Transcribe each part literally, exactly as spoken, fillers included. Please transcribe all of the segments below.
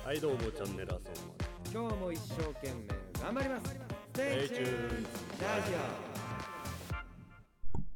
はいどうもチャンネルあそん今日も一生懸命頑張ります。ステイチューンラジオ。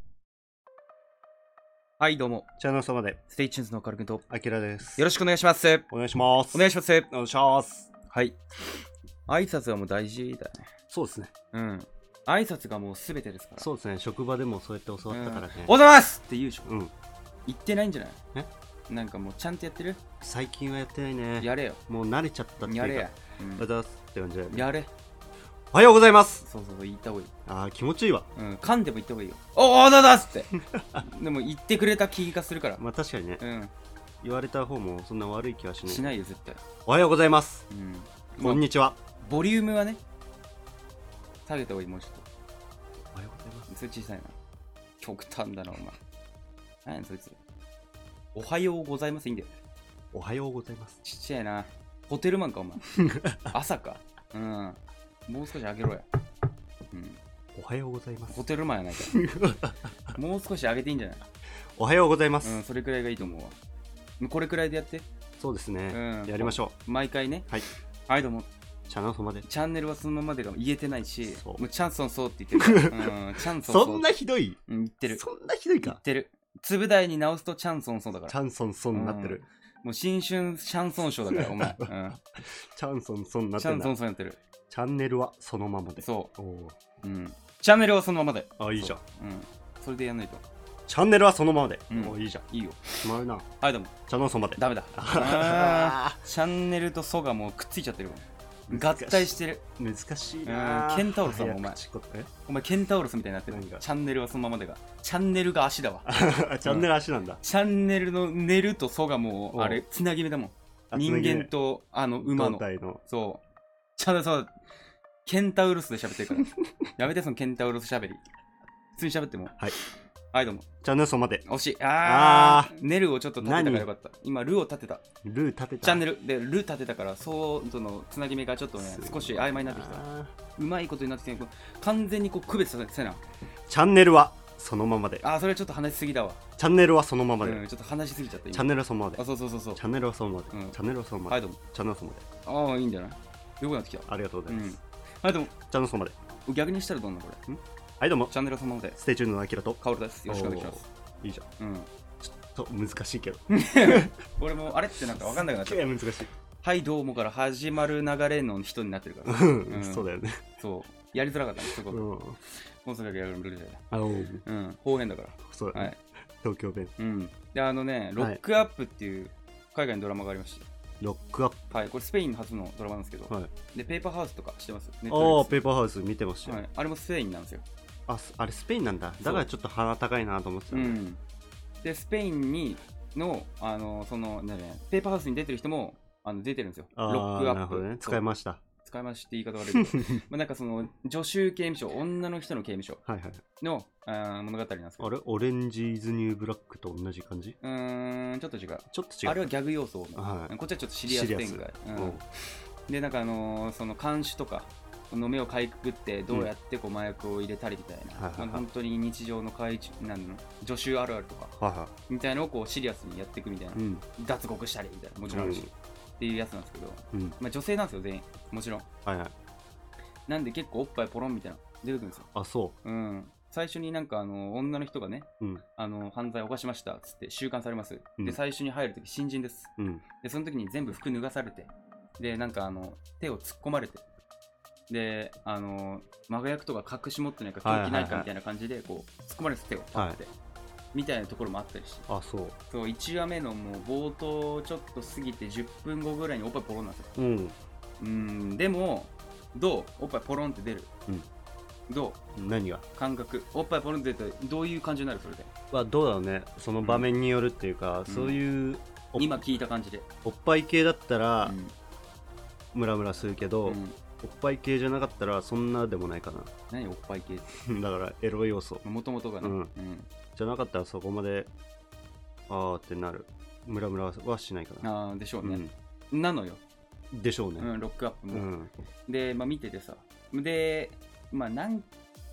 はいどうもチャンネル様でステイチューンズのカルくんとあきらですよろしくお願いします。 お願いしますお願いします。 お願いしますはい。挨拶はもう大事だよね。 そうですねうん挨拶がもう全てですから。 そうですね職場でもそうやって教わったからね、 うん、おはようございますって言うでしょ。 うん言ってないんじゃない？ えなんかもうちゃんとやってる？ 最近はやってないね。 やれよ。 もう慣れちゃったっていうかやれや、 うん、だって感じだよね。 やれ。 おはようございます。 そうそうそう言った方がいい。 あー気持ちいいわ。 うん噛んでも言った方がいいよ。おおだだっつってでも言ってくれた気がするから。 まあ確かにね、 うん、 言われた方もそんな悪い気はしない。 しないよ絶対。 おはようございます、 うん、 こんにちは。 ボリュームはね下げた方がいい。もうちょっとおはようございます。 それ小さいな。極端だなお前。何やそいつ。おはようございますいいんだよ。 おはようございます。 ちっちゃいな。ホテルマンかお前朝か。うんもう少し上げろや。うん、 おはようございます。 ホテルマンやないかもう少し上げていいんじゃない？ おはようございます。 うんそれくらいがいいと思うわ。これくらいでやって。 そうですね、 うん、 やりましょう。 毎回ね。 はいはいどうもチャンネル様で。 チャンネルはそのままでが言えてないし、 そうもうチャンソンソーって言ってるから、うん、チャンソンソーそんなひどい、 うん、言ってる。 そんなひどいか。 言ってる。粒大に直すとチャンソンソンだから。 チャンソンソンになってる、 もう新春シャンソンショーだからお前、うん、 チャンソンソンになっチャンてるんだ。 ソンソンやってる。 チャンネルはそのままで。 そおーう、うん、チャンネルはそのままで。 あいいじゃん。 そう、うん、それでやんないと。 チャンネルはそのままで、 うんおいいじゃん。 いいよ。 決まるな。 はいどうもチャンネル様で。 ダメだあーチャンネルとソがもうくっついちゃってるわ。合体してる。 難しいうんな。 ケンタウロスだもんお前。 えお前ケンタウロスみたいになってる。 何がチャンネルはそのままでが。チャンネルが足だわチャンネル足なんだ。 チャンネルのネルとソがもうあれつなぎ目だもん。 あ人間とあの馬の胴体の。 そうチャンネルそうケンタウロスで喋ってるからやめてそのケンタウロス喋り。普通に喋っても。 はいはいどうもチャンネル様で。 惜しい。あーあネルをちょっと立てたからよかった。今ルを立てた。 ルー立てた。 チャンネルでル立てたからそうとのつなぎ目がちょっとねすごい少し曖昧になってきた。 あうまいことになってきて完全にこう区別させな。 チャンネルはそのままで。 あーそれちょっと話しすぎだわ。 チャンネルはそのままで。 うんちょっと話しすぎちゃった今。 チャンネルはそのままで。 あそうそうそうそうチャンネルはそのままで。 うんチャンネルはそのままで。 はいどうもチャンネル様で。 ああいいんじゃない。よくなってきた。 ありがとうございます。 うんはいどうもチャンネル様で。 逆にしたらどんなこれ。んはいどうもチャンネル様でステイチューンのあきらと。 カオルです。よろしくお願いします。 いいじゃん。 うんちょっと難しいけど。 俺もあれってなんかわかんなくなっちゃった。 いや難しい。 はいどうもから始まる流れの人になってるから。 うんそうだよね。 そうやりづらかったねすごく。 うん。 もうそれだけやるのルールだよ。 あおうん方言だから。 そうだね。 はい。 東京弁。 うんであのねロックアップっていう海外のドラマがありまして。 ロックアップ。 はいこれスペイン初のドラマなんですけど。 はい。 でペーパーハウスとかしてます。ネッああ、 トフリックスペーパーハウス見てましたよ。 はいあれもスペインなんですよ。 あ、すあれスペインなんだ。だからちょっと鼻高いなと思ってたね。 うんでスペインにのあのそのねペーパーハウスに出てる人もあの出てるんですよ。 あーロックアップ。 なるほどね。使いました。 使いまして言い方悪いけどまあなんかその女囚刑務所女の人の刑務所はいはい。 のあー物語なんですけど。 あれオレンジーズニューブラックと同じ感じ？ うーんちょっと違う。 ちょっと違う。 あれはギャグ要素、 はい、 こっちはちょっとシリアス展開。 シリアスうんうんでなんかあのーその看守とかの目をかいくぐってどうやってこう麻薬を入れたりみたいな、 はいはいはいまあ本当に日常の怪獣なんの助手あるあるとかはいはみたいなのをこうシリアスにやっていくみたいな、 い。うん。 脱獄したりみたいなもちろんあるし、っていうやつなんですけど、 うん。 まあ、女性なんですよ全員もちろん。 はいはい。 なんで結構おっぱいポロンみたいなの出てくるんですよ。 あ、そうん最初になんかあの女の人がねう。うん。 あの犯罪を犯しましたっつって収監されます、 うんで最初に入るとき新人です。 うん。 でその時に全部服脱がされてでなんかあの手を突っ込まれてであの麻薬とか隠し持ってないか凶器ないかみたいな感じでこう突っ込まれて手をパッて、みたいなところもあったりして、 あ、そう。 そういちわめのもう冒頭ちょっと過ぎてじゅっぷんごぐらいにおっぱいポロンなんですよ。 うん。 うんでもどうおっぱいポロンって出る、 うん、 ど何がう感覚おっぱいポロンって出てどういう感じになるそれではどうだろうね。その場面によるっていうか、 うんそういうお今聞いた感じで。 おっぱい系だったらうんムラムラするけど、 うんおっぱい系じゃなかったらそんなでもないか何おっぱい系ってな。だからエロ要素もともとがな、 うんうんじゃなかったらそこまであーってなる。ムラムラはしないかな。 あーでしょうね、なのよ、 うん、でしょうね。 うん、ロックアップも、 うん。 で、まあ、見ててさでまあなん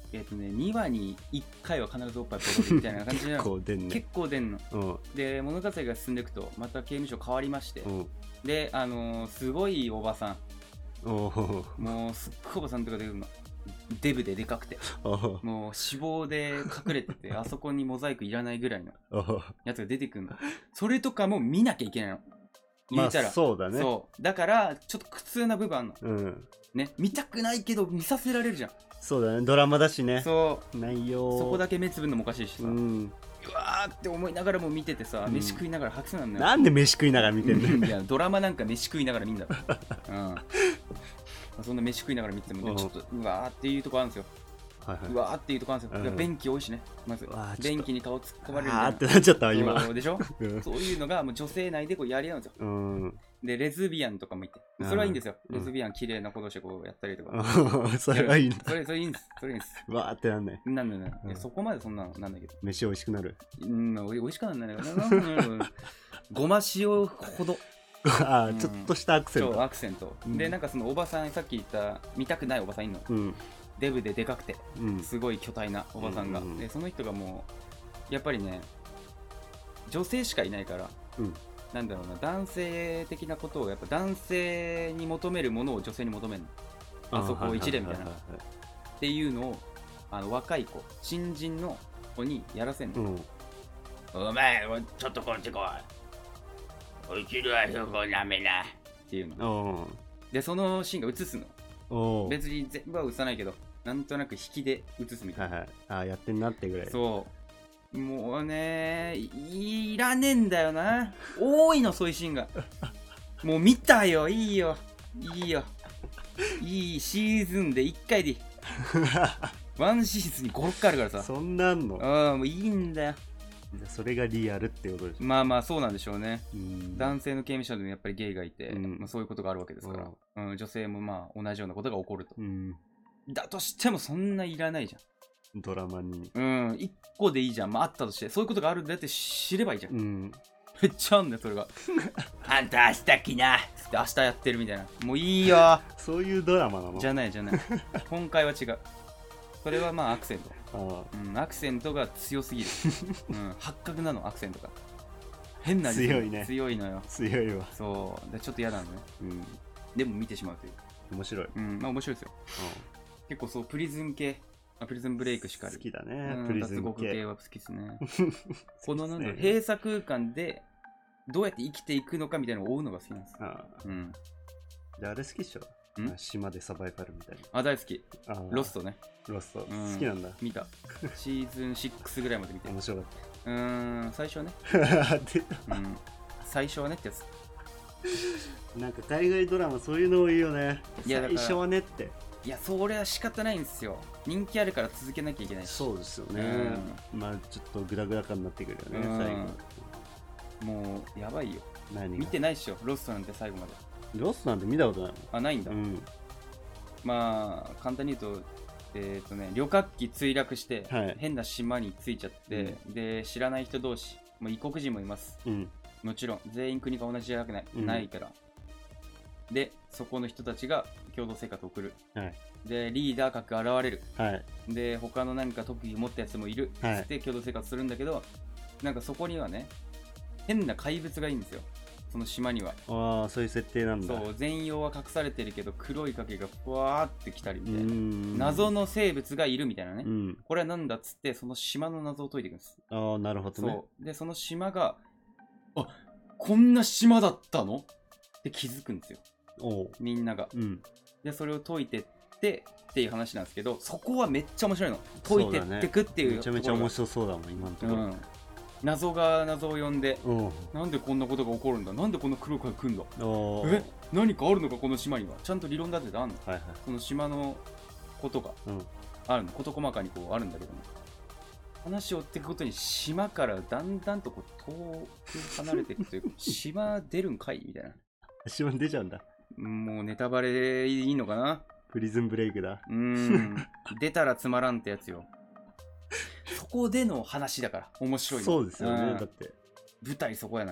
えっ、とねにわにいっかいは必ずおっぱいポロリみたいな感じで結構出んね。 結構出んの。 うんで物語が進んでいくとまた刑務所変わりまして、 うんであのー、すごいおばさん、 おーもうすっごいおばさんとか出るの、デブででかくて、 おーもう脂肪で隠れててあそこにモザイクいらないぐらいのおーやつが出てくるの。それとかも見なきゃいけないの、言ったら、 まあ、そうだね。 そうだからちょっと苦痛な部分あんのうん。 ね、見たくないけど見させられるじゃん。 そうだね。ドラマだしね。 そう内容。 そこだけ目つぶるのもおかしいしさ、 う。 うんわーって思いながらも見ててさ、 うん飯食いながら白線なんだよ。 なんで飯食いながら見てんのいやドラマなんか飯食いながら見んだろ、うんそんな飯食いながら見てもね、 うんちょっとうわーっていうとこあるんですよ。 はいはいうわーっていうとこあるんですよ。 うんで便器多いしね、まずうわーちょっと便器に顔突っ込まれるみあーたいな。 ってなっちゃったわ今。 そうでしょうんそういうのがもう女性内でこうやり合うんですよ。 うん。 でレズビアンとかもいて、 うんそれはいいんですよ。 うんレズビアン綺麗な子同士でこうやったりとか、 それはいいんだ。 それそれいいんです。それいいんです。 わーってなんない。 なんだよね、 うんいやそこまでそんなのなんだけど、 飯美味しくなる。 うんおい美味しくなんないけどなごま塩ほどああ、 うんちょっとしたアクセンそうト。 アクセント、 うんでなんかそのおばさん、さっき言った見たくないおばさんいんの、 うん。 デブででかくてうん。 すごい巨大なおばさんが、 うんうんうんでその人がもうやっぱりね女性しかいないから、 うんなんだろうな、男性的なことをやっぱ男性に求めるものを女性に求めるの、あそこ一例みたいなはっていうのをあの若い子新人の子にやらせんの、 いはいはい。 お前ちょっとこっち来い、おいきるはそこなめなっていううのん。 でそのシーンが映すの、 おお。 別に全部は映さないけどなんとなく引きで映すみたいな、 はいはい。ああ、やってんなってぐらい。 そうもうねい、いらねえんだよな、多いのそういうシーンが、もう見たよ、いいよいいよいいシーズンでいっかいでいいワンシーズンにご、ろっかいあるからさ、 そんなんのああもういいんだよ。 じゃあそれがリアルってことでしょ。 まあまあそうなんでしょうね。 うん男性の刑務所でもやっぱりゲイがいて、 うんまあ、そういうことがあるわけですから、うん、女性もまあ同じようなことが起こると、 うん。 だとしてもそんないらないじドラマに。 ゃん。うん、いっこでいいじゃん。まああったとして、そういうことがあるんだって知ればいいじゃん。 うん。 めっちゃあんだよ、それが。あんた明日来なつって明日やってるみたいな。もういいよそういうドラマなのじゃないじゃない。今回は違う。それはまあアクセント。 あうん、アクセントが強すぎる。うん、八角なの、アクセントが。変なリズム強いね強いのよ。 あ、強いわ。 そう。でちょっと嫌なのね。 うん。 でも見てしまうという。 面白い。 うん、まあ面白いですよ。結構そう、プリズン系、あプリズンブレイクしかり。 好きだうね。 んプリズン脱獄系系。 は好きですね。このなんだろう、 ね閉鎖空間でどうやって生きていくのかみたいなのを追うのが好きなんです。 あうん。 あ。で、あれ好きっしょ。 んあ島でサバイバルみたいな。 あ、大好き。 ああロストね。 ロスト。 うん好きなんだ。 見た。シーズンシックスぐらいまで見て。 面白かっうーん、最初はね。 た。でうん。最初はねってやつ。 なんか海外ドラマそういうの多いよね。 いやだから最初はねって。 いや、それは仕方ないんですよ。人気あるから続けなきゃいけないし。 そうですよね。まあちょっとグダグダ感になってくるよね、 うん最後。 もう、やばいよ。 何が見てないっしょ、ロストなんて最後まで。 ロストなんて見たことないあ、ないんだ。 もん。うん。 まあ簡単に言うと、えっ、とね、旅客機墜落して、 はい変な島に着いちゃって、で知らない人同士、もう異国人もいます。 うん。 もちろん全員国が同じじゃなくない、 うんないから。でそこの人たちが共同生活を送る。 はい。 でリーダー格が現れる。 はい。 で他の何か特技を持ったやつもいる。 はいつって共同生活するんだけど、なんかそこにはね、変な怪物がいいんですよ、その島には。 ああ、そういう設定なんだ。 そう、全容は隠されてるけど黒い影がふわーって来たりみうたいな、 ん。 謎の生物がいるみたいなね、 うん。 これはなんだっつってその島の謎を解いていくんです。 ああ、なるほどね。 そうでその島が、あ、こんな島だったのって気づくんですよ、 おう。 みんなが。 うん。 でそれを解いてってっていう話なんですけど、そこはめっちゃ面白いの、解いてってくっていうめちゃめちゃ面白白そうだもん、今のところ。 うん、謎が謎を呼んで、 うん。おなんでこんなことが起こるんだ、なんでこんな黒い影来るんだ、 お。 え、何かあるのかこの島には。ちゃんと理論立ててあんの、 はいはい。 その島のことがうん。 あるの、事細かにこうあるんだけども、話を追っていくことに島からだんだんとこう遠く離れていくというか島出るんかいみたいな。 島に出ちゃうんだ。 もうネタバレでいいのかな。 プリズンブレイクだ。 うーん出たらつまらんってやつよ。そこでの話だから面白いの。 そうですよね。 んだって。 舞台そこやなん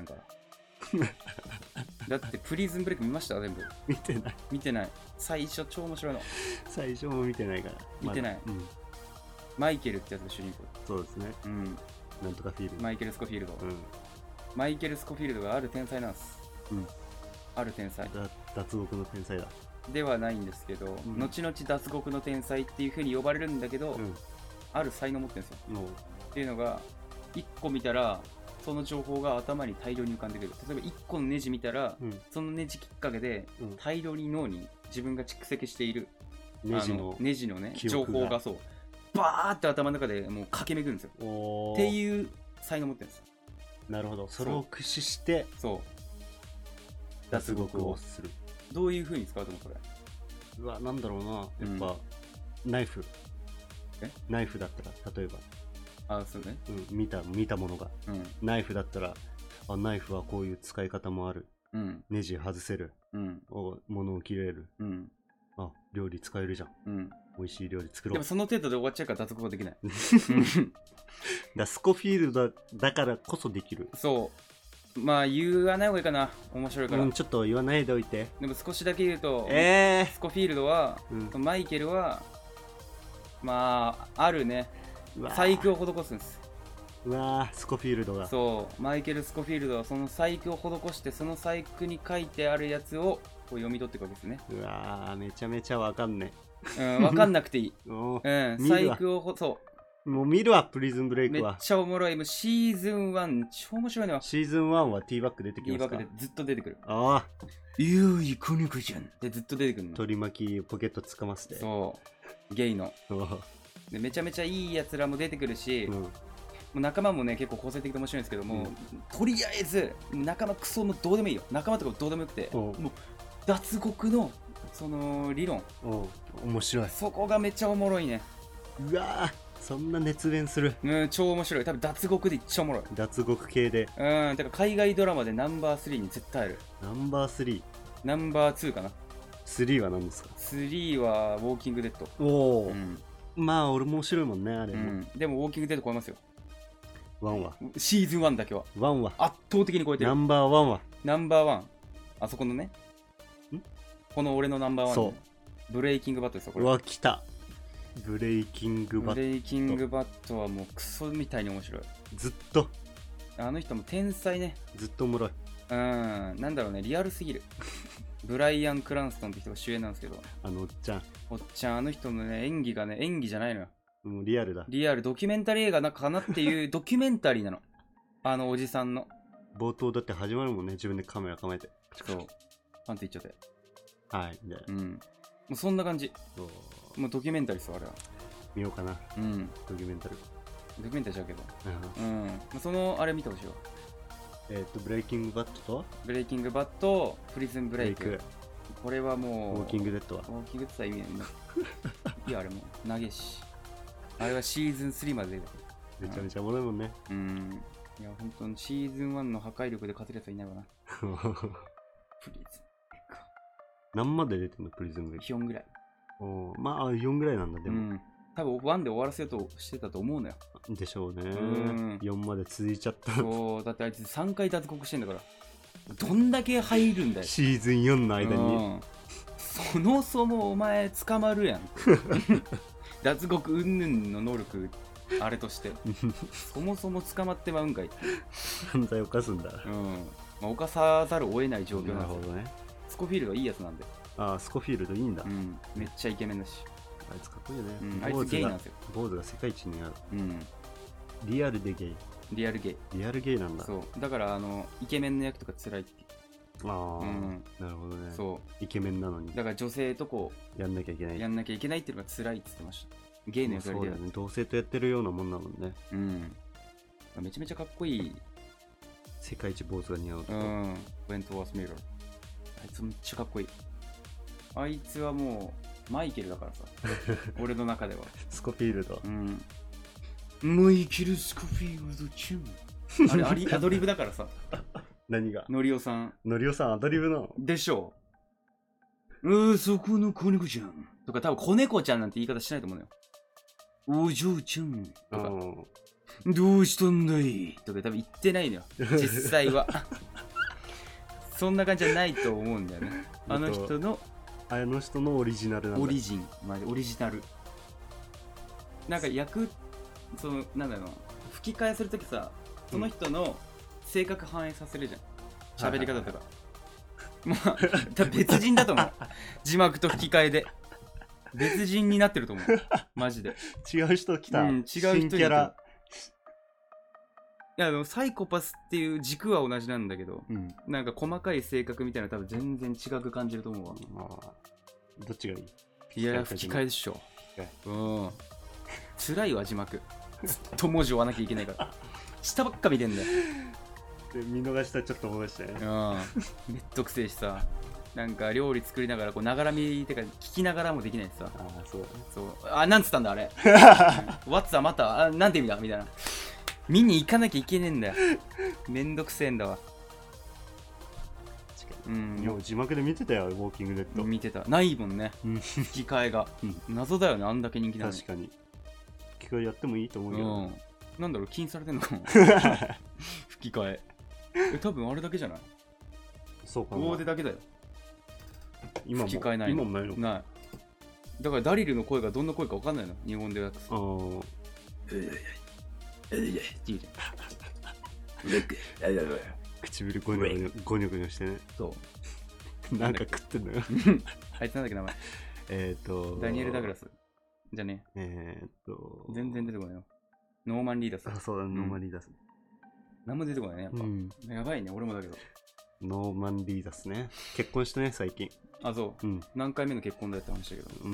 からだってプリズンブレイク見ました全部。 見てない。 見てない。最初超面白いの。 最初も見てないから。 見てないまだうん。 マイケルってやつが主人公。 そうですね。 うん。 なんとかフィールド。 マイケル・スコフィールド。 うん。 マイケル・スコフィールドがある天才なんです。 うん。 ある天才。 だ脱獄の天才だ。 ではないんですけど、うん、後々脱獄の天才っていう風に呼ばれるんだけど、うん、ある才能を持ってるんですよ。っていうのが、いっこ見たら、その情報が頭に大量に浮かんでくる。例えばいっこのネジ見たら、うん、そのネジきっかけで、大量に脳に自分が蓄積している、ネジ の, のネジのね、情報がそう、バーって頭の中でもう駆け巡るんですよ。っていう才能を持ってるんですよ。 なるほど。それを駆使して、そう。脱獄をする。 どういう風に使うと思うこれ。 うわ、なんだろうな。やっぱ、うん、ナイフ。えナイフだったら、例えば。 あ、そうね。 うん、見た、見たものが。うん、ナイフだったら、あ、ナイフはこういう使い方もある。うん、ネジ外せる。うん、お物を切れる。うん、あ、料理使えるじゃん。うん、美味しい料理作ろう。 でもその程度で終わっちゃうから脱獄はできない。 だスコフィールド だ, だからこそできる。 そう。まあ言わない方がいいかな。面白いから、 うん、ちょっと言わないでおいて。 でも少しだけ言うと、 えー、 スコフィールドは、うん、マイケルはまああるね細工を施すんです。 うわー、スコフィールドが。 そう、マイケル・スコフィールドはその細工を施して、その細工に書いてあるやつをこう読み取っていくわけですね。 うわー、めちゃめちゃわかんねえ、うん、わかんなくていい。うん、細工をほそうもう見るわ、プリズンブレイクは。 めっちゃおもろい。もうシーズンワン、超面白いの。 シーズンワンはティーバック出てきますか？ ティーバックでずっと出てくる。 ああ。 ゆういこにこちゃんってずっと出てくるの。 取り巻きポケットつかませて。 そう。ゲイの。でめちゃめちゃいいやつらも出てくるし、うん、もう仲間もね、結構構成的で面白いんですけども、うん、とりあえず、仲間クソもどうでもいいよ。仲間とかどうでもよくて、もう脱獄のその理論。 面白い。 そこがめっちゃおもろいね。 うわー。そんな熱弁する。 うん、超面白い。多分脱獄で一番おもろい。 脱獄系で。 うん、だから海外ドラマでナンバースリーに絶対ある。 ナンバースリー？ ナンバーツーかな。 スリーは何ですか？ スリーはウォーキングデッド。 おお、うん、まあ俺も面白いもんね、あれも、うん、 でもウォーキングデッド超えますよ。 ワンはシーズンワンだけは。 ワンは圧倒的に超えてる。 ナンバーワンはナンバーワン。あそこのね。んこの俺のナンバーワン、ね。そう。ブレイキングバットですよ、これ。 うわ、来た。ブレイキングバット。 ブレイキングバットはもうクソみたいに面白い。 ずっと。 あの人も天才ね。 ずっとおもろい。 うん、なんだろうね、リアルすぎる。ブライアン・クランストンって人が主演なんですけど。 あのおっちゃん。 おっちゃん、あの人のね、演技がね、演技じゃないのよ。 もうリアルだ。 リアル、ドキュメンタリー映画なんかかなっていうドキュメンタリーなの。あのおじさんの。 冒頭だって始まるもんね、自分でカメラ構えて。 そう。パンって言っちゃって。 はい。で、 うん。もうそんな感じ。もうドキュメンタリーですよ、あれは。 見ようかな。うん。ドキュメンタリー。 ドキュメンタリーちゃうけど。うん。そのあれ見てほしいわ。 えっと、ブレイキングバットとブレイキングバット、プリズンブレイク。ブレイクこれはもう。 ウォーキングデッドは。 ウォーキングデッドは意味ないんだ。いや、あれも投げし。あれはシーズンスリーまで出てくる。めちゃめちゃおもろいもんね。 うん。いや、本当にシーズンワンの破壊力で勝てるやつはいないわな。プリズン。 何まで出てんのプリズンブレイク？ よんぐらい。 おまあ、よんぐらいなんだ、でも。うん、 多分ワンで終わらせようとしてたと思うのよ。 でしょうね。うん、よんまで続いちゃった。 そう、だってあいつさんかい脱獄してんだから。どんだけ入るんだよ。 シーズンよんの間に。うん、 そもそもお前捕まるやん。脱獄うんぬんの能力、あれとして。そもそも捕まってまうんかい。 犯罪を犯すんだ。 うん。まあ、犯さざるを得ない状況なんですよ。 なるほどね。 スコフィールドはいいやつなんで。 ああ、スコフィールドいいんだ。 うん。めっちゃイケメンだし。 あいつかっこいいよね。 うん、あいつゲイなんですよ。 坊主が世界一になる。うん。リアルでゲイ。 リアルゲイ。 リアルゲイなんだ。 そう。だから、あの、イケメンの役とか辛いって。 ああ、うん、なるほどね。そう。イケメンなのに。 だから女性とこう、やんなきゃいけない。 やんなきゃいけないっていうのが辛いって言ってました。ゲイの役割で。 そうだね。同性とやってるようなもんなもんね。 うん。めちゃめちゃかっこいい。 世界一坊主が似合うと。 うん。ウェントワース・ミラー。あいつめっちゃかっこいい。あいつはもうマイケルだからさ。俺の中では。 スコフィールド。 うん。マイケル・スコフィールドチュン。あれ、ありアドリブだからさ。 何がのりおさん。 のりおさんアドリブなのでしょう。うー、そこの子猫ちゃん。とか多分子猫ちゃんなんて言い方しないと思うのよ。お嬢ちゃん。とか。どうしたんだいとか多分言ってないのよ。実際は。そんな感じじゃないと思うんだよね。あの人の。 あの人のオリジナルなんだ。 オリジン。まあ、オリジナル。 なんか役そのなんだろう吹き替えするときさその人の性格反映させるじゃん喋り方とか、まあ多分別人だと思う字幕と吹き替えで別人になってると思うマジで違う人来た、 うん、違う人に新キャラ。 いやでもサイコパスっていう軸は同じなんだけど、 うん、 なんか細かい性格みたいな多分全然違く感じると思うわ。 あどっちがいい？ いや吹き替えでしょ。うん辛いわ字幕ずっと文字を追わなきゃいけないから下ばっか見てんだよ。 で見逃したらちょっと思いましたね。 うんめっとくせえしさなんか料理作りながらこうながら見てか聞きながらもできないしさ。 ああそうそうあなんつったんだあれワッツはまたあなんて意味だみたいな見に行かなきゃいけねえんだよめんどくせえんだわ。 うん、よう字幕で見てたよウォーキングデッド。 見てたないもんね吹き替えが、うん、謎だよねあんだけ人気なのに。 確かに吹き替えやってもいいと思うけど、うん、 なんだろう禁止されてんのかも吹き替ええ多分あれだけじゃない？ そうかな大手だけだよ今も吹き替えないの。 今もないの？ ないだからダリルの声がどんな声か分かんないの日本で訳す。 ああ唇ゴニョゴニョゴニョゴニョしてね。そうなんか食ってんのよあいつなんだっけ名前えっとダニエル・ダグラスじゃねえっと全然出てこないよ。ノーマン・リーダース。 あそうだ、うん、ノーマン・リーダース何も出てこないねやっぱ、うん、やばいね俺もだけど。 ノーマン・リーダースね結婚してね最近。 あそう、うん、何回目の結婚だって話だけど、うんうん、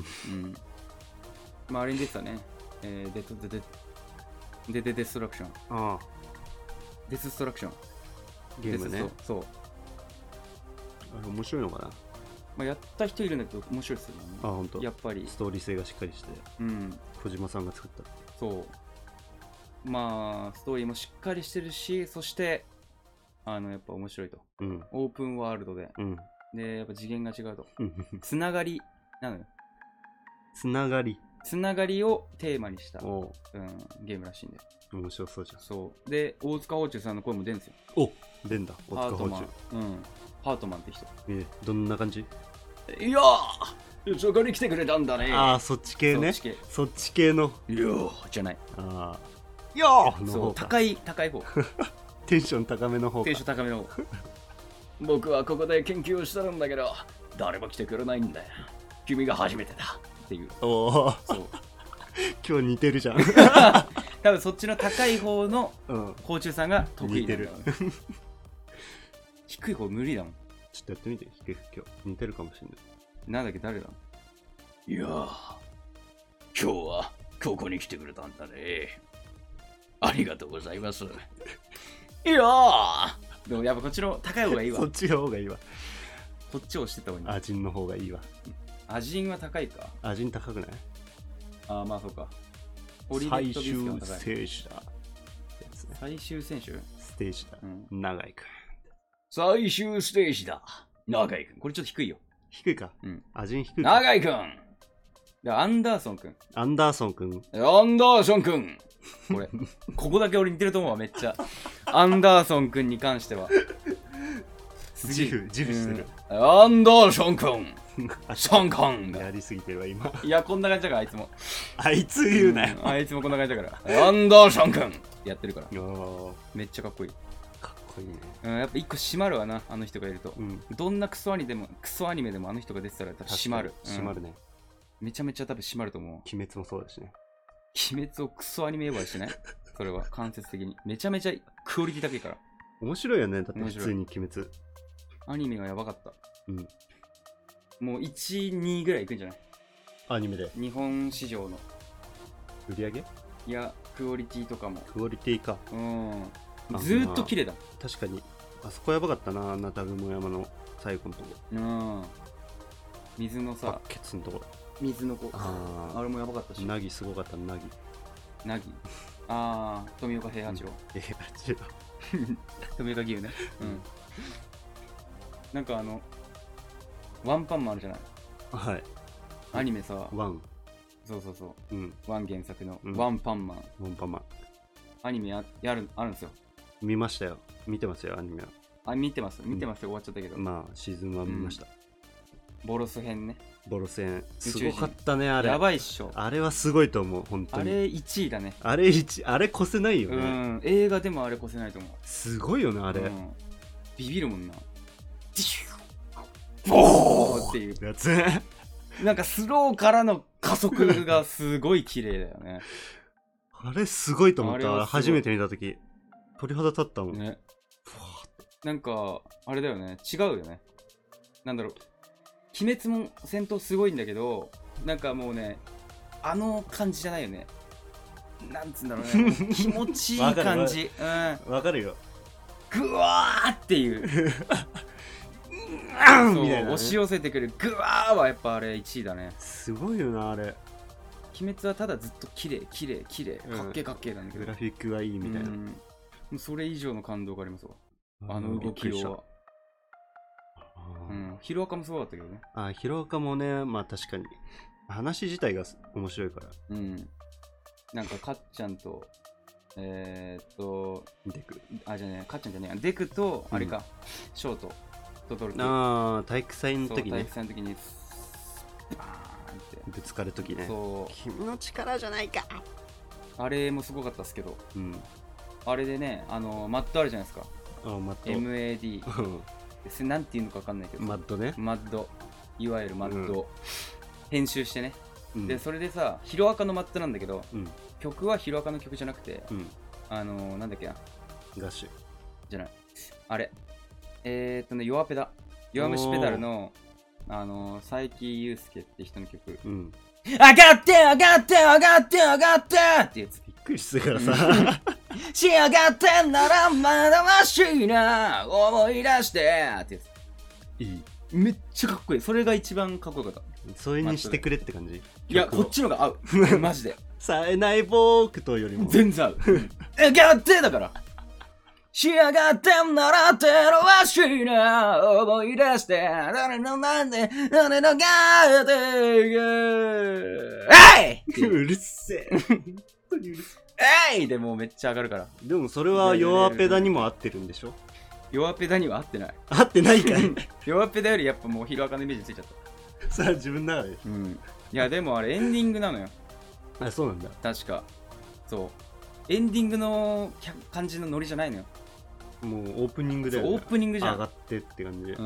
まああれに出てたね、えー、デトデデデデデストラクション。ああデスストラクションゲームね。 そうそうあれ面白いのかな。 まあ、やった人いるんだけど面白いですよね。 あ本当。 やっぱりストーリー性がしっかりして、うん、小島さんが作った。 そうまあストーリーもしっかりしてるしそしてあのやっぱ面白いと、うん、オープンワールドで、うん、でやっぱ次元が違うとつながりなのよ。 つながりつながりをテーマにした、うん、ゲームらしいんで面白そうじゃん。 そうで大塚芳忠さんの声も出るんですよ。 お出んだ大塚芳忠。 うんハートマンって人。 えどんな感じ？ いやーそこに来てくれたんだね。 ああそっち系ね。そっち系、そっち系のいやーじゃない。ああいやーのそう高い高い方テンション高めの方。 テンション高めの方僕はここで研究をしてるんだけど誰も来てくれないんだよ。君が初めてだっていう。おおそう今日似てるじゃん多分そっちの高い方の芳忠さんが得意なんだよ、ね、似てる低い方無理だもん。 ちょっとやってみて。低い今日似てるかもしれない。 なんだっけ誰だ。いやー今日はここに来てくれたんだね。ありがとうございます。いやーでもやっぱこっちの高い方がいいわそっちの方がいいわ。 こっちをしてた方がいい。 アジンの方がいいわ。 アジンは高いか。 アジン高くない？ ああまあそうか。 最終ステージだ、ね、 最終選手ステージだ、うん、長井くん。 最終ステージだ長井くん。これちょっと低いよ。 低いか。うん。アジン低いか。 長井くん。アンダーソンくん。 アンダーソンくん。 アンダーソンくん。これここだけ俺似てると思うわめっちゃ。アンダーソンくんに関しては。 自負自負してる、 うん。アンダーソンくん。ソンくんやりすぎてるわ今。 いやこんな感じだからあいつも。 あいつ言うなよ、 うん。あいつもこんな感じだから。アンダーソンくんやってるから。めっちゃかっこいい。 かっこいいね。 うん、やっぱ一個締まるわなあの人がいると、うん、どんなクソアニでもクソアニメでもあの人が出てたら多分締まる。 締まるね、 うん、めちゃめちゃ多分締まると思う。 鬼滅もそうだしね。 鬼滅をクソアニメ呼ばわりしないそれは間接的にめちゃめちゃクオリティ高いから。 面白いよね。だって普通に鬼滅アニメがやばかった。うんもういち、にぐらいいくんじゃない？ アニメで日本市場の売り上げ？ いやクオリティとかも。 クオリティか。 うんずーっと綺麗だ。 確かにあそこやばかったな。あんなタグモ山の最後のとこ。うん水のさケツのとこ水の子 あ, あれもやばかったし。 ナギすごかったナギナギああ富岡平八郎、 うん、平八郎富岡義勇ね。うん、うん、なんかあのワンパンもあるじゃない。 はい。 アニメさ。 ワン。 そうそうそう。うん。ワン原作のワンパンマン。 ワンパンマン。 アニメややるあるんですよ。 見ましたよ。見てますよアニメは。 あ見てます見てますよ、うん、終わっちゃったけど。 まあシーズンは見ました。 ボロス編ね。 ボロス編すごかったね。あれやばいっしょ。 あれはすごいと思う本当に。 あれいちいだね。 あれいちあれ越せないよね。 うん映画でもあれ越せないと思う。 すごいよねあれ、うん、 ビビるもんな。ボーっていうやつなんかスローからの加速がすごい綺麗だよね。 あれすごいと思った。初めて見たとき鳥肌立ったもんね。 なんかあれだよね、違うよね。なんだろう、鬼滅も戦闘すごいんだけど、なんかもうねあの感じじゃないよね。なんつうんだろうね気持ちいい感じ。 うんわかるよ。 グワーっていうそう、ね、押し寄せてくるグワーはやっぱあれいちいだね。 すごいよなあれ。 鬼滅はただずっと綺麗綺麗綺麗かっけかっけなんだけど、 グラフィックがいいみたいな、うん、もうそれ以上の感動がありますわ。あの動きは。うん、ヒロアカもそうだったけどね。 あヒロアカもね、まあ確かに話自体が面白いから。 うん。なんかかっちゃんとえー、っとデクあじゃねかっちゃんじゃねえデクと、うん、あれかショートトトロああ体育祭の時ね。 体育祭の時にバーンってぶつかる時ね。 そう君の力じゃないか。 あれもすごかったっすけど、 うん、 あれでねあのマッドあるじゃないですか。 あマッドエムエーディー なんていうのか分かんないけどマッドね。 マッドいわゆるマッド、うん、編集してね、うん、でそれでさヒロアカのマッドなんだけど、うん、曲はヒロアカの曲じゃなくて、うん、あのー、なんだっけなガッシュじゃないあれえー、っとね弱ペダ弱虫ペダルのあのー、佐伯祐介って人の曲、うん、上がって上がって上がって上がってってやつびっくりしてからさ仕上がってんならまだましいな思い出してってやついいめっちゃかっこいい。それが一番かっこよかった。 それにしてくれって感じ。 いやこっちのが合うマジで冴えない僕とよりも全然合う上がってだから仕上がってんならってのはしいな思い出して誰のなんで誰のがってえいうるせえ本当にうるせええいでもうめっちゃ上がるから。 でもそれは弱ペダにも合ってるんでしょ。 弱ペダには合ってない。 合ってないかい弱ペダよりやっぱもうヒロアカのイメージついちゃった。 それは自分の中で、 うん、いやでもあれエンディングなのよ。 あそうなんだ。 確かそうエンディングの感じのノリじゃないのよ。 もうオープニングで、ね、 オープニングじゃん。 上がってって感じで、 うん、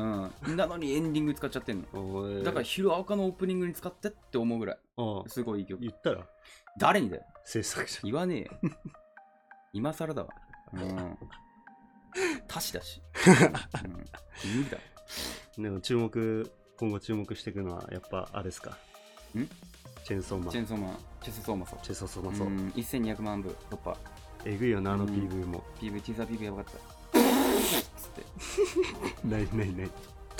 なのにエンディング使っちゃってんのだからヒロアカのオープニングに使ってって思うぐらいすごいいい曲。 言ったら誰にだよ制作者。 言わねえよ今更だわ。うん他しだし、うん、無理だ。 でも注目今後注目していくのはやっぱあれですか。 んチェーンソーマン。 チェーンソーマンチェスソーマソチェスソーマソせんにひゃくまんぶ突破。 えぐいよなあの ピーブイ も。 ピーブイ ティーザー ピーブイ やばかったつってないないない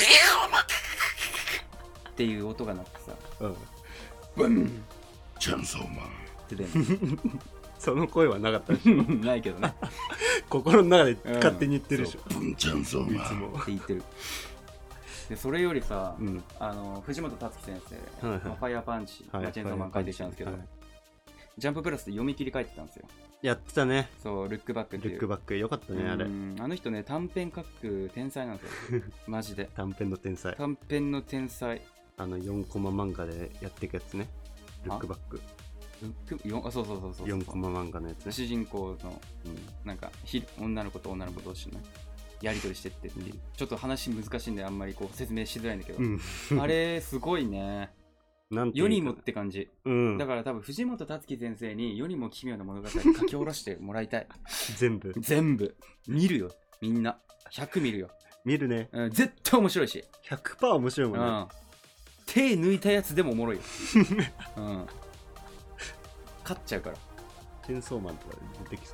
っていう音が鳴ってさ、 うんブンチェーンソーマンって出んその声はなかったでしょないけどね心の中で勝手に言ってるでしょ、 ブンチャンソーマンって言ってる。でそれよりさ、うん、あの藤本達樹先生、はいはいまあ、ファイヤーパンチ、はいまあ、チェーンソーマン書いてきたんですけど、はい、ジャンププラスで読み切り書いてたんですよ。 やってたね。 そうルックバックっていう。 ルックバックよかったねあれ。 あの人ね短編書く天才なんですよマジで。 短編の天才。 短編の天才。 あのよんコマ漫画でやっていくやつね。ルックバック。 あそうそうそうそうよんコマ漫画のやつね。 主人公の、うん、なんかひ女の子と女の子同士のやり取りしてってっていう、うん、ちょっと話難しいんであんまりこう説明しづらいんだけど、うん、あれすごいね。なんていうか世にもって感じ、うん、だから多分藤本達樹先生に世にも奇妙な物語書き下ろしてもらいたい全部全部見るよみんなひゃく見るよ。 見るね、 うん、絶対面白いしひゃくパーセント 面白いもんね、うん、 手抜いたやつでもおもろいよ、うん、勝っちゃうから。 チェーンソーマンとか出てきそう。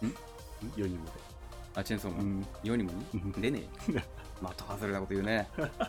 ん世にもで。 あ、チェーンソーマン、うん、世にもに出ねえまた外れたこと言うね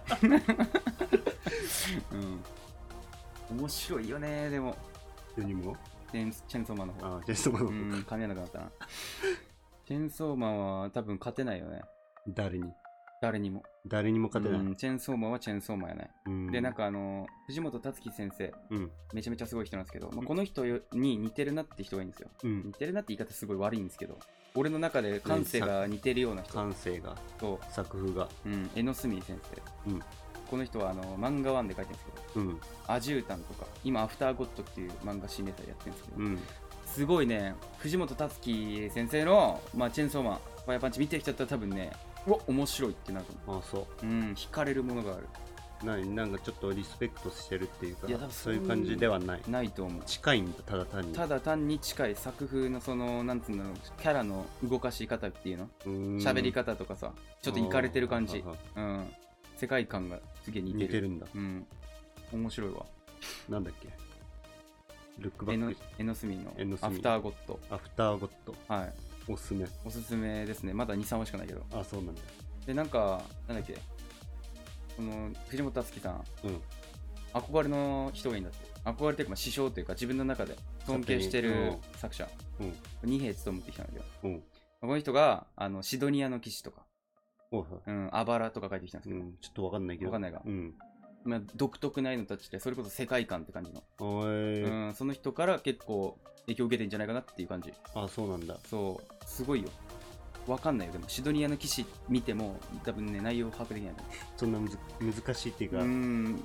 うん面白いよね。でも世にもチェーン、チェーンソーマンの方。 あチェーンソーマンの方。 うん噛めなくなったなチェーンソーマンは多分勝てないよね。 誰に誰にも誰にも勝てない、 うん、チェーンソーマンはチェーンソーマンやない、うん、でなんかあの藤本達樹先生、うん、めちゃめちゃすごい人なんですけど、まあ、この人に似てるなって人がいいんですよ、うん、似てるなって言い方すごい悪いんですけど俺の中で感性が似てるような人、 感性がと作風が、 うん、江野純先生、うん、 この人はあの漫画ワンで書いてるんですけど、うん、アジュータンとか今アフターゴッドっていう漫画新連載やってるんですけど、うん、すごいね、藤本達樹先生の、まあ、チェーンソーマンファイヤーパンチ見てる人だったら多分ね、うわ面白いってなると思う。 ああそう、 うん、惹かれるものがある。 ななんかちょっとリスペクトしてるっていうか、いやそういう感じではないないと思う。 近いんだ、ただ単にただ単に近い作風のそのなんつうんだろう、キャラの動かし方っていうの、喋り方とかさ、ちょっとイカれてる感じ、うん、世界観がすげえ似てる。 似てるんだ。 うん、面白いわ。 なんだっけ、ルックバック、 エノスミのアフターゴッド。 アフターゴッド、 はい、 おすすめ。 おすすめですね。まだに、さんわしかないけど。 あ、そうなんだ。 でなんかなんだっけ、この藤本達樹さん、うん、憧れの人がいいんだって。憧れっていうか、まあ師匠というか自分の中で尊敬してる作者、うん、二瓶勉って人なんだよ、うん、この人があのシドニアの騎士とか、うん、アバラとか書いてきたんですけど、うん、 ちょっとわかんないけど、 わかんないが、うん、まあ、独特な絵のタッチで、それこそ世界観って感じの、うん、その人から結構影響を受けてんじゃないかなっていう感じ。 あ、そうなんだ。 そう、すごいよ。わかんないよ。でもシドニアの騎士見ても多分ね、内容把握できない。 そんなむず難しいっていうか、うん、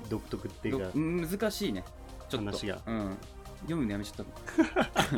独特っていうか難しいね、ちょっと話が、 うん、読むのやめちゃった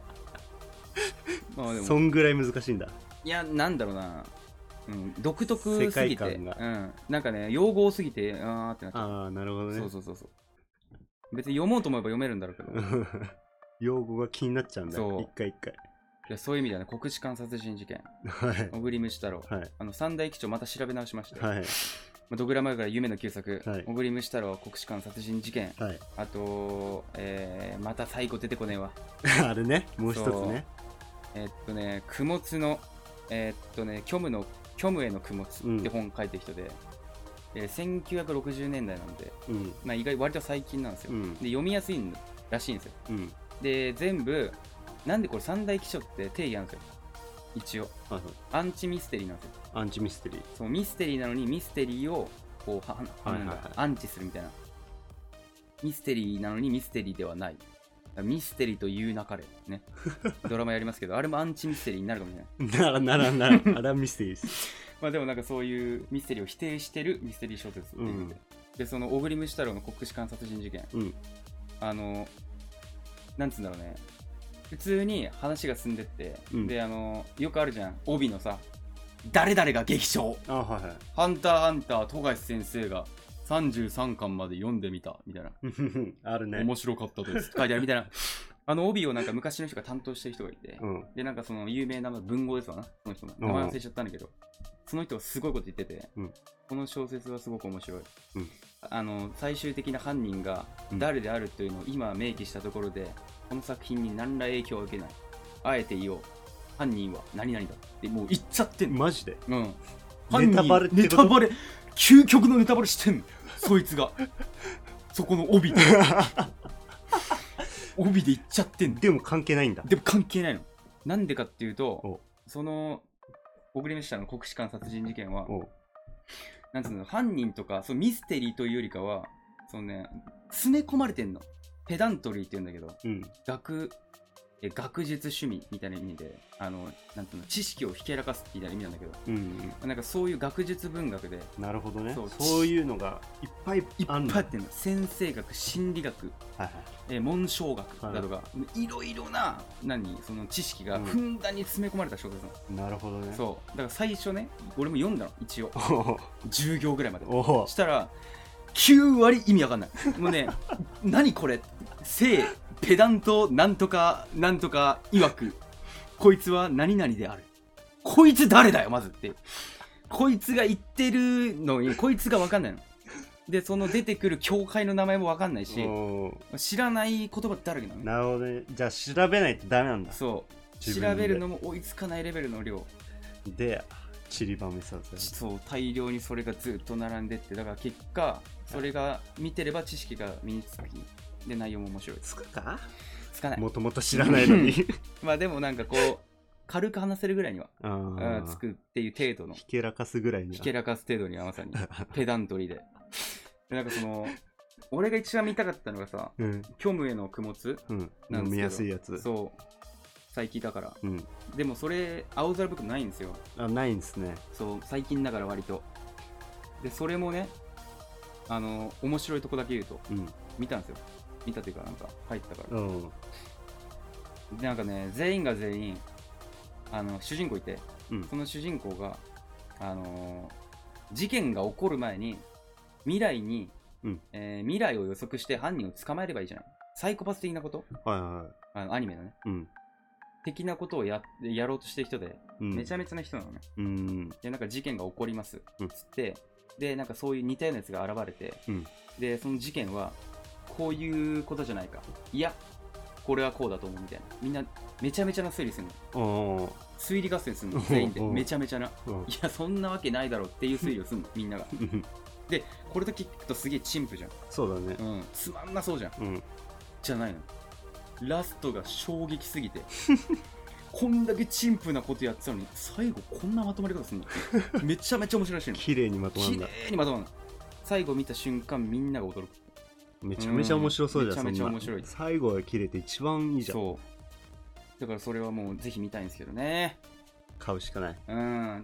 まあでもそんぐらい難しいんだ。 いや、なんだろうな、うん、独特すぎて、うん、なんかね、用語多すぎて、あーってなっちゃう。 ああ、なるほどね。 そうそうそうそう。別に読もうと思えば読めるんだろうけど用語が気になっちゃうんだよ、一回一回。 いや、そういう意味ではね、国士舘殺人事件、はい、小栗虫太郎、はい、あの三大基調また調べ直しまして、はい、ドグラマグラ夢の旧作、はい、小栗虫太郎国士舘殺人事件、はい、あと、えー、また最後出てこねえわあれね、もう一つね、 えー、っとね、供物の、えー、っとね、虚無の虚無への供物って本書いてる人で、うん、えー、せんきゅうひゃくろくじゅうねんだいなんで、うん、まあ意外割と最近なんですよ、うん、で読みやすいらしいんですよ、うん、で全部なんでこれ三大奇書って定義あるんですよ、一応、はいはい、アンチミステリーなんですよ。 アンチミステリー、 そう、ミステリーなのにミステリーをこうは、はいはいはい、アンチするみたいな。ミステリーなのにミステリーではない、ミステリーというなかれねドラマやりますけど、あれもアンチミステリーになるかもしれないならならならあれはミステリーですまあでもなんかそういうミステリーを否定してるミステリー小説っていうので、うん、でその小栗虫太郎の国士舘殺人事件、うん、あのなんつうんだろうね、普通に話が進んでって、うん、であのよくあるじゃん、帯のさ、誰々が激賞、あ、はいはい、ハンターハンター富樫先生がさんじゅうさんかんまで読んでみたみたいなあるね、 面白かったです書いてあるみたいなあの帯をなんか昔の人が担当してる人がいて、うん、でなんかその有名な文豪ですわな、その人の名前忘れちゃったんだけど、その人がすごいこと言ってて、うん、この小説はすごく面白い、うん、あの最終的な犯人が誰であるというのを今明記したところで、この作品に何ら影響を受けない、あえて言おう、犯人は何々だってもう言っちゃってんの。 マジで、 うん、 ネタバレってこと？ ネタバレ、究極のネタバレしてんのそいつがそこの帯で帯で言っちゃってんの。 でも関係ないんだ。 でも関係ないの。なんでかっていうと、その小栗虫太郎の国士舘殺人事件はなんつうの、犯人とかそのミステリーというよりかはそのね、詰め込まれてんの。ペダントリーって言うんだけど、うん、学え学術趣味みたいな意味で、あのなんていうの、知識をひけらかすみたいな意味なんだけど、うんうん、なんかそういう学術文学で、 なるほどね、そう、そういうのがいっぱいいっぱいあってんの。先生学、心理学、はいはい、え紋章学だとか、はい、いろいろな何その知識がふんだんに詰め込まれた小説なの、 うん、なるほどね。 そうだから最初ね、俺も読んだの一応じゅうぎょうぐらいまでしたらきゅうわり意味わかんない。もうね何これ、聖ペダントなんとかなんとか曰くこいつは何々である、こいつ誰だよまずって、こいつが言ってるのにこいつが分かんないので、その出てくる教会の名前も分かんないし、知らない言葉だらけなの。 なるほどね。じゃあ調べないとダメなんだ。 そう調べるのも追いつかないレベルの量で散りばめさせる。 そう大量にそれがずっと並んでって、だから結果それが見てれば知識が身につくで、内容も面白い。 つくかつかない、 もともと知らないのにまあでもなんかこう軽く話せるぐらいにはあつくっていう程度の、 ひけらかすぐらいには、 ひけらかす程度にはまさにペダントリーででなんかその俺が一番見たかったのがさ、うん、虚無への供物、うん、 読みやすいやつ。 そう最近だから、うん、でもそれ青空ブックないんですよ。 あ、ないんですね。 そう最近だから割とで、それもねあの面白いとこだけ言うと、 うん、 見たんですよ。見たというかなんか入ったから、うん、でなんかね全員が全員あの主人公いて、うん、その主人公があのー、事件が起こる前に未来に、うんえー、未来を予測して犯人を捕まえればいいじゃない。サイコパス的なこと、はいはいはい、あのアニメのね、うん、的なことを や, やろうとしてる人で、うん、めちゃめちゃな人なのね、うん、でなんか事件が起こりますっつって、うん、でなんかそういう似たようなやつが現れて、うん、でその事件はこういうことじゃないか、いやこれはこうだと思うみたいな、みんなめちゃめちゃな推理するの、推理合戦するの全員でめちゃめちゃな、いやそんなわけないだろうっていう推理をするのみんながでこれだけ聞くとすげえ陳腐じゃん。 そうだね、 うん、つまんなそうじゃん、うん、じゃないの。ラストが衝撃すぎてこんだけ陳腐なことやってたのに最後こんなまとまり方するのめちゃめちゃ面白いらしいの。 綺麗にまとまるんだ。 綺麗にまとまるの。最後見た瞬間みんなが驚く。 めちゃめちゃ面白そうじゃん、 うん、めちゃめちゃ面白い。 最後が綺麗って一番いいじゃん。 そうだからそれはもうぜひ見たいんですけどね。 買うしかない。 うん。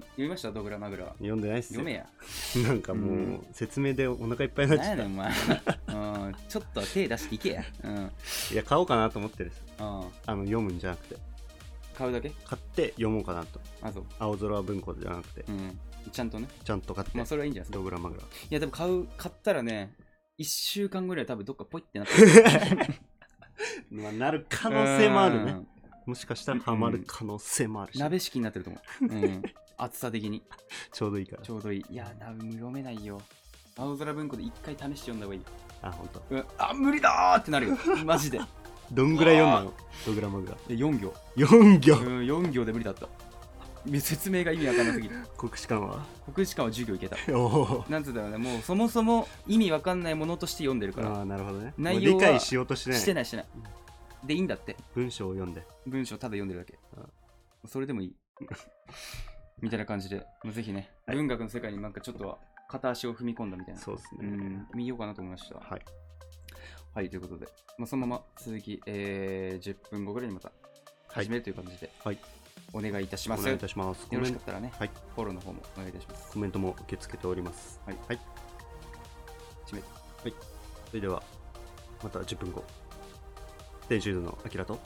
読みましたドグラマグラ。 読んでないっすよ。 読めや。 なんかもう、うん、説明でお腹いっぱいになっちゃった。 なんやねんお前、うん、ちょっと手出していけや、うん、 いや買おうかなと思ってる。うん、あの読むんじゃなくて買うだけ買って読もうかなと。 あそう青空文庫じゃなくて、うん、 ちゃんとねちゃんと買って。 まあそれはいいんじゃないですかドグラマグラ。いやでも買う買ったらねいっしゅうかんぐらい多分どっかポイってなってるまあなる可能性もあるね。もしかしたらハマる可能性もあるし、 うん、鍋敷きになってると思う、うん、厚さ的にちょうどいいから。 ちょうどいい。いや多分読めないよ。青空文庫で一回試して読んだ方がいい。 あ本当、 うん、あ無理だーってなるよマジでどんぐらい読んだのドグラマグラ。 よん行よん行、 うん、よん行で無理だった。説明が意味わかんなすぎる。 国士舘は国士舘は授業いけた。なんつうんだろうね、もうそもそも意味わかんないものとして読んでるから。 ああなるほどね。 内容は理解しようとしてない。 してないしてない。でいいんだって。 文章を読んで。 文章ただ読んでるだけ。それでもいい。みたいな感じで、もうぜひね、はい、文学の世界になんかちょっとは片足を踏み込んだみたいな。 そうですね。 うん、見ようかなと思いました。 はい。 はい、ということで、まあ、そのまま続き、えー、じゅっぷんごぐらいにまた始めるという感じで、はい、お願いいたします。 お願いいたします。 よろしかったらね、はい、フォローの方もお願いいたします。 コメントも受け付けております。はい。はい。 締めて。 はい。それでは、またじゅっぷんご。編集のあきらと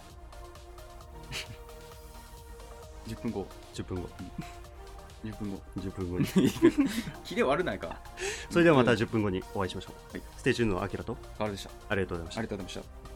じゅっぷんご。 じゅっぷんご。 じゅっぷんご。 じゅっぷんごに。 キレ悪ないか。 それではまたじゅっぷんごにお会いしましょう。はい。ステージのあきらとカールでした。 ありがとうございました。 ありがとうございました。